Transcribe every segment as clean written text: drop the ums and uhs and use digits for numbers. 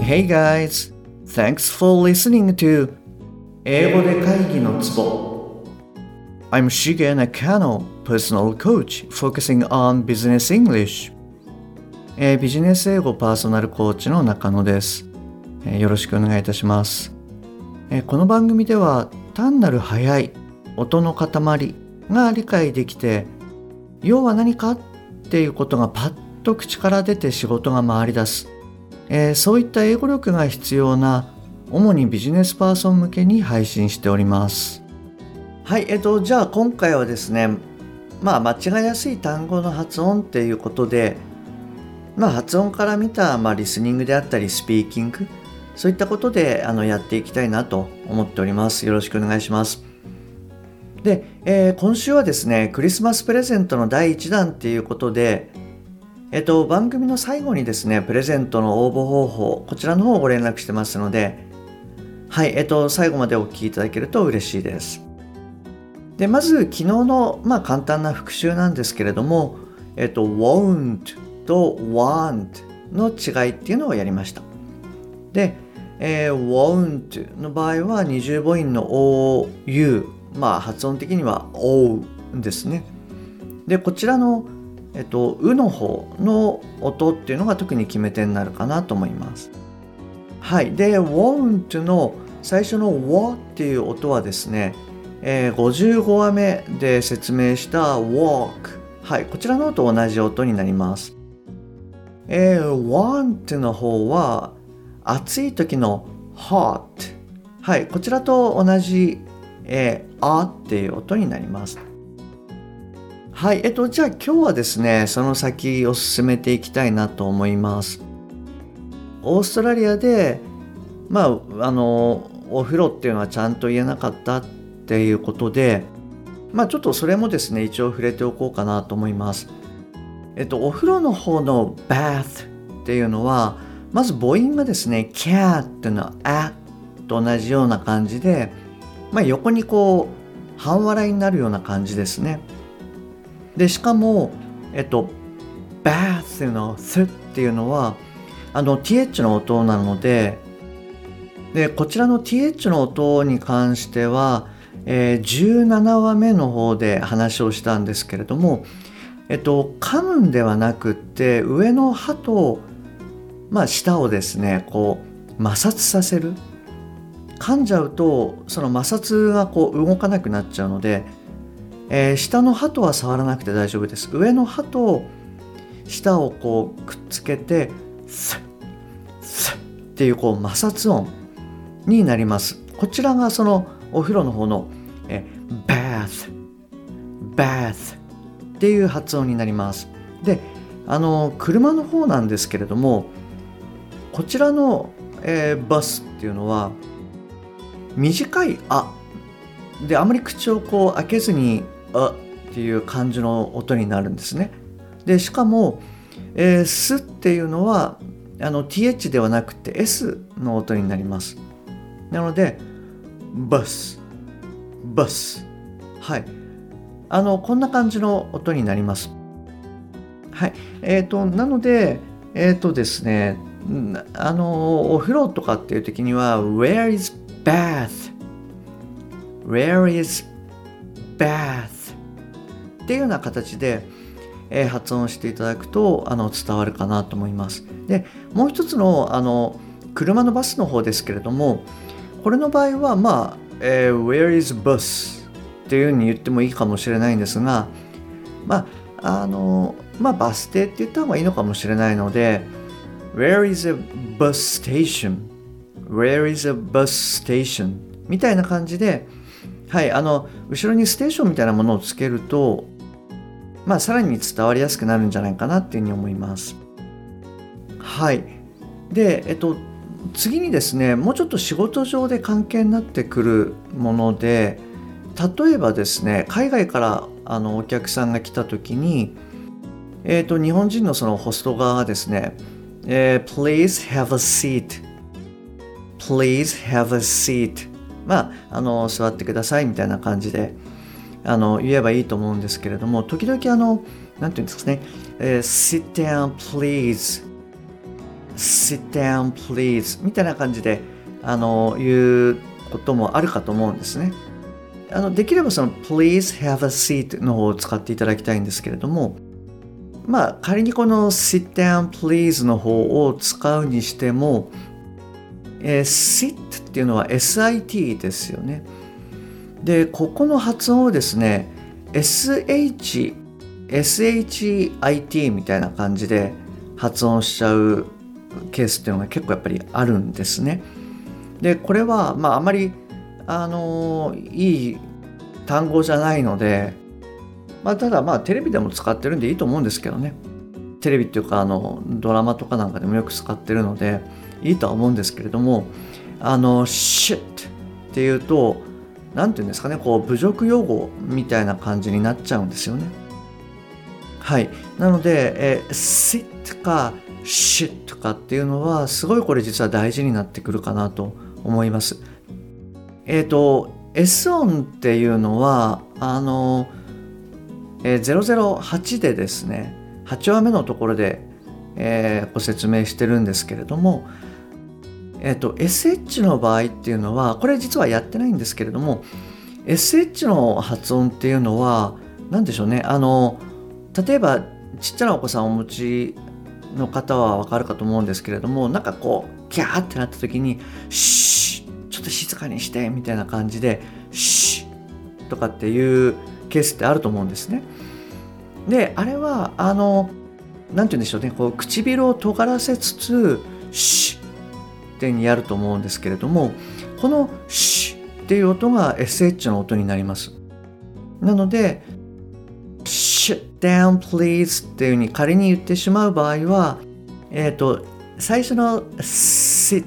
Hey guys, thanks for listening to 英語で会議のツボ I'm Shige Nakano, personal coach focusing on business English、ビジネス英語パーソナルコーチの中野です、よろしくお願いいたします、この番組では単なる速い音の塊が理解できて、要は何かっていうことがパッと口から出て仕事が回り出す、そういった英語力が必要な主にビジネスパーソン向けに配信しております。はい、じゃあ今回はですね、間違いやすい単語の発音っていうことで、発音から見た、リスニングであったりスピーキング、そういったことでやっていきたいなと思っております。よろしくお願いします。で、今週はですね、クリスマスプレゼントの第1弾っていうことで、番組の最後にですね、プレゼントの応募方法、こちらの方をご連絡してますので、はい、最後までお聞きいただけると嬉しいです。で、まず昨日の、簡単な復習なんですけれども、won't と want の違いっていうのをやりました。で、won't の場合は二重母音の ou、発音的には o ですね。で、こちらのうの方の音っていうのが特に決め手になるかなと思います。はい。で、won't の最初の w っていう音はですね、55話目で説明した walk。はい。こちらの音と同じ音になります。want の方は暑い時の hot。はい。こちらと同じ、あっていう音になります。はい。じゃあ今日はですね、その先を進めていきたいなと思います。オーストラリアで、お風呂っていうのはちゃんと言えなかったっていうことで、ちょっとそれもですね、一応触れておこうかなと思います。お風呂の方の bath っていうのは、まず母音がですね、cat っていうのは a と同じような感じで、横にこう、半笑いになるような感じですね。で、しかも、bath の th っていうのは、th の音なので、こちらの th の音に関しては、17話目の方で話をしたんですけれども、噛むんではなくって上の歯と、舌をですねこう摩擦させる。噛んじゃうとその摩擦がこう動かなくなっちゃうので、下の歯とは触らなくて大丈夫です。上の歯と舌をこうくっつけてスッスッっていうこう摩擦音になります。こちらがそのお風呂の方のbath っていう発音になります。で、車の方なんですけれども、こちらの、バスっていうのは短いあで、あまり口をこう開けずにあっていう感じの音になるんですね。で、しかも、すっていうのはth ではなくて s の音になります。なのでバス、はい、こんな感じの音になります。はい、なのでですね、お風呂とかっていう時には Where is bath っていうような形で、発音していただくと伝わるかなと思います。で、もう一つの車のバスの方ですけれども、これの場合はWhere is bus っていうふうに言ってもいいかもしれないんですが、バス停って言った方がいいのかもしれないので Where is a bus station みたいな感じで、はい、後ろにステーションみたいなものをつけると、さらに伝わりやすくなるんじゃないかなっていうふうに思います。はい。で、次にですね、もうちょっと仕事上で関係になってくるもので、例えばですね、海外からお客さんが来た時に、日本人のそのホスト側がですね、Please have a seat 座ってくださいみたいな感じで言えばいいと思うんですけれども、時々なんていうんですかね、sit down please sit down please みたいな感じで言うこともあるかと思うんですね。できればその please have a seat の方を使っていただきたいんですけれども、仮にこの sit down please の方を使うにしても、sit っていうのは SIT ですよね。で、ここの発音をですね、SHIT みたいな感じで発音しちゃうケースっていうのが結構やっぱりあるんですね。で、これはあまりいい単語じゃないので、ただテレビでも使ってるんでいいと思うんですけどね。テレビっていうかドラマとかなんかでもよく使ってるのでいいとは思うんですけれども、shit っていうとなんていうんですかね、こう侮辱用語みたいな感じになっちゃうんですよね。はい。なので、sit か shit かっていうのはすごいこれ実は大事になってくるかなと思います。S 音っていうのは008でですね、8話目のところで、ご説明してるんですけれども、SH の場合っていうのはこれ実はやってないんですけれども、 SH の発音っていうのは何でしょうね、例えばちっちゃなお子さんをお持ちの方はわかるかと思うんですけれども、なんかこうキャーってなった時にシーちょっと静かにしてみたいな感じでシーとかっていうケースってあると思うんですね。で、あれはなんて言うんでしょうね、こう唇を尖らせつつシーってやると思うんですけれども、このシーっていう音が SH の音になります。なので Sit down please っていう風に仮に言ってしまう場合は、最初の sit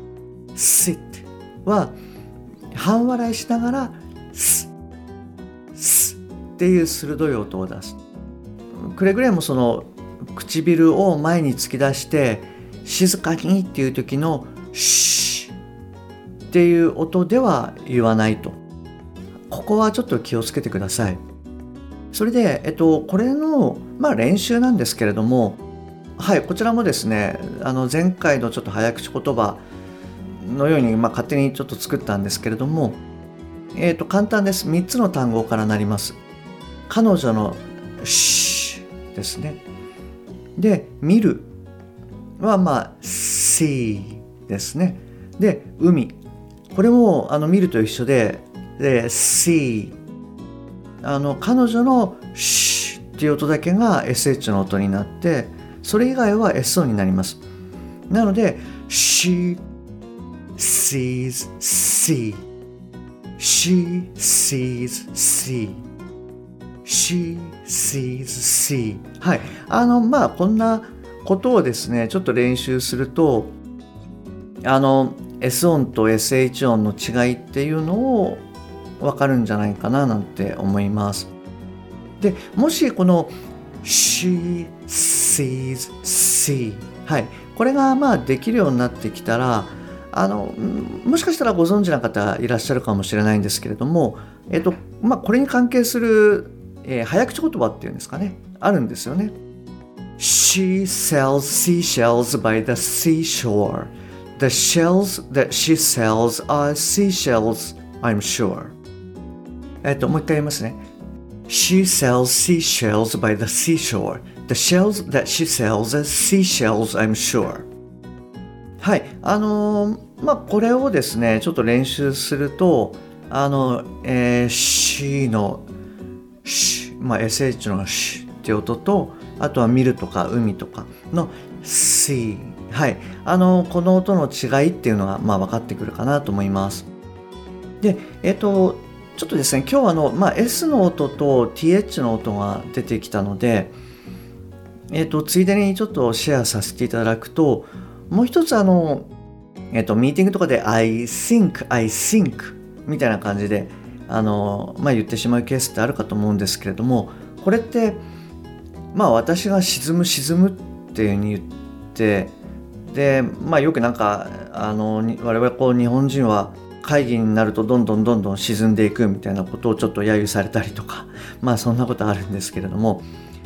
は半笑いしながらスっていう鋭い音を出す。くれぐれもその唇を前に突き出して静かにっていう時のシーっていう音では言わないと。ここはちょっと気をつけてください。それで、これの、練習なんですけれども、はい、こちらもですね、前回のちょっと早口言葉のように、勝手にちょっと作ったんですけれども、簡単です。3つの単語からなります。彼女のシーですね。で、見るはsee ですね。で、海。これも見ると一緒で、see。彼女のシーっていう音だけが SH の音になって、それ以外は S 音になります。なので、she sees see。she sees see。she sees see。はい。こんなことをですね、ちょっと練習すると、S 音と SH 音の違いっていうのをわかるんじゃないかななんて思います。で、もしこの she sees see、はい、これができるようになってきたら、もしかしたらご存知な方いらっしゃるかもしれないんですけれども、これに関係する、早口言葉っていうんですかね、あるんですよね。She sells seashells by the seashore. The shells that she sells are seashells, I'm sure. もう一回言いますね。She sells seashells by the seashore. The shells that she sells are seashells, I'm sure. はい。これをですね、ちょっと練習すると、she の sh、SH の sh っていう音と、あとは見るとか海とかの see。はい。この音の違いっていうのが、分かってくるかなと思います。で、ちょっとですね、今日はS の音と TH の音が出てきたので、ついでにちょっとシェアさせていただくと、もう一つミーティングとかで I think みたいな感じで言ってしまうケースってあるかと思うんですけれども、これって私が沈むっていう風に言って、でよくなんか我々日本人は会議になるとどんどん沈んでいくみたいなことをちょっと揶揄されたりとかそんなことあるんですけれども、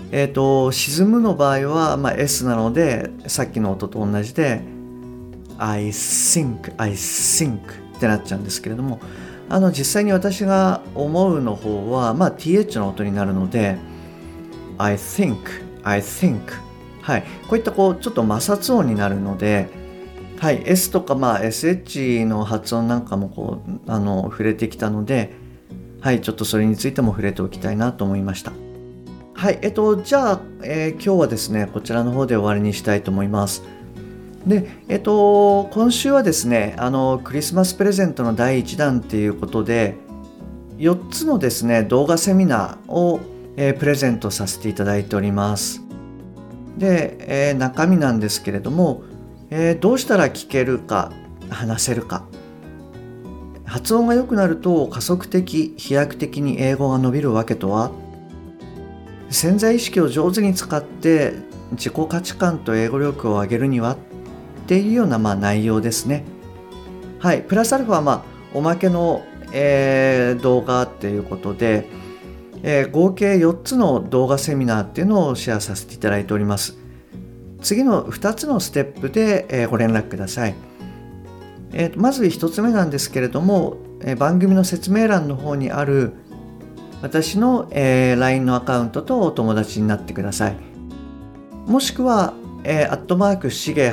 沈むの場合は、S なので、さっきの音と同じで、I think ってなっちゃうんですけれども、実際に私が思うの方は、th の音になるので、I think。はい。こういったちょっと摩擦音になるので、はい。S とかsh の発音なんかも触れてきたので、はい。ちょっとそれについても触れておきたいなと思いました。はい。じゃあ、今日はですね、こちらの方で終わりにしたいと思います。で、今週はですね、クリスマスプレゼントの第1弾っていうことで、4つのですね、動画セミナーを、プレゼントさせていただいております。で、中身なんですけれども、どうしたら聞けるか、話せるか。発音が良くなると加速的、飛躍的に英語が伸びるわけとは、潜在意識を上手に使って自己価値観と英語力を上げるにはっていうような内容ですね。はい。プラスアルファおまけの、動画っていうことで、合計4つの動画セミナーっていうのをシェアさせていただいております。次の2つのステップで、ご連絡ください。まず1つ目なんですけれども、番組の説明欄の方にある私の、LINE のアカウントとお友達になってください。もしくは、しげ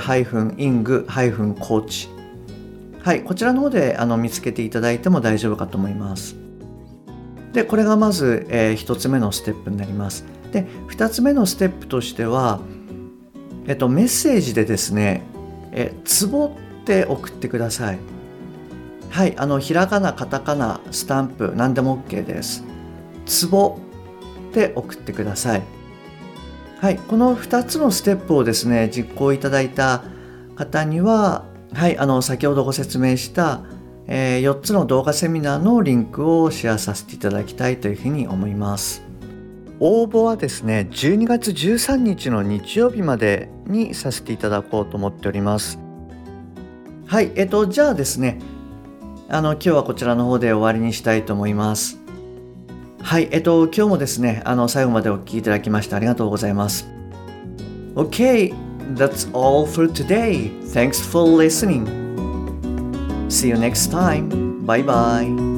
-ing-coach。はい、こちらの方で見つけていただいても大丈夫かと思います。で、これがまず、1つ目のステップになります。で、2つ目のステップとしては、メッセージでですね、ツボって送ってください。はい、ひらがな、カタカナ、スタンプ、何でも OK です。ツボって送ってください。はい、この2つのステップをですね、実行いただいた方には、はい、先ほどご説明した、4つの動画セミナーのリンクをシェアさせていただきたいというふうに思います。応募はですね、12月13日の日曜日までにさせていただこうと思っております。はい、じゃあですね、今日はこちらの方で終わりにしたいと思います。はい、今日もですね、最後までお聞きいただきましてありがとうございます。Okay, that's all for today. Thanks for listening. See you next time. Bye bye.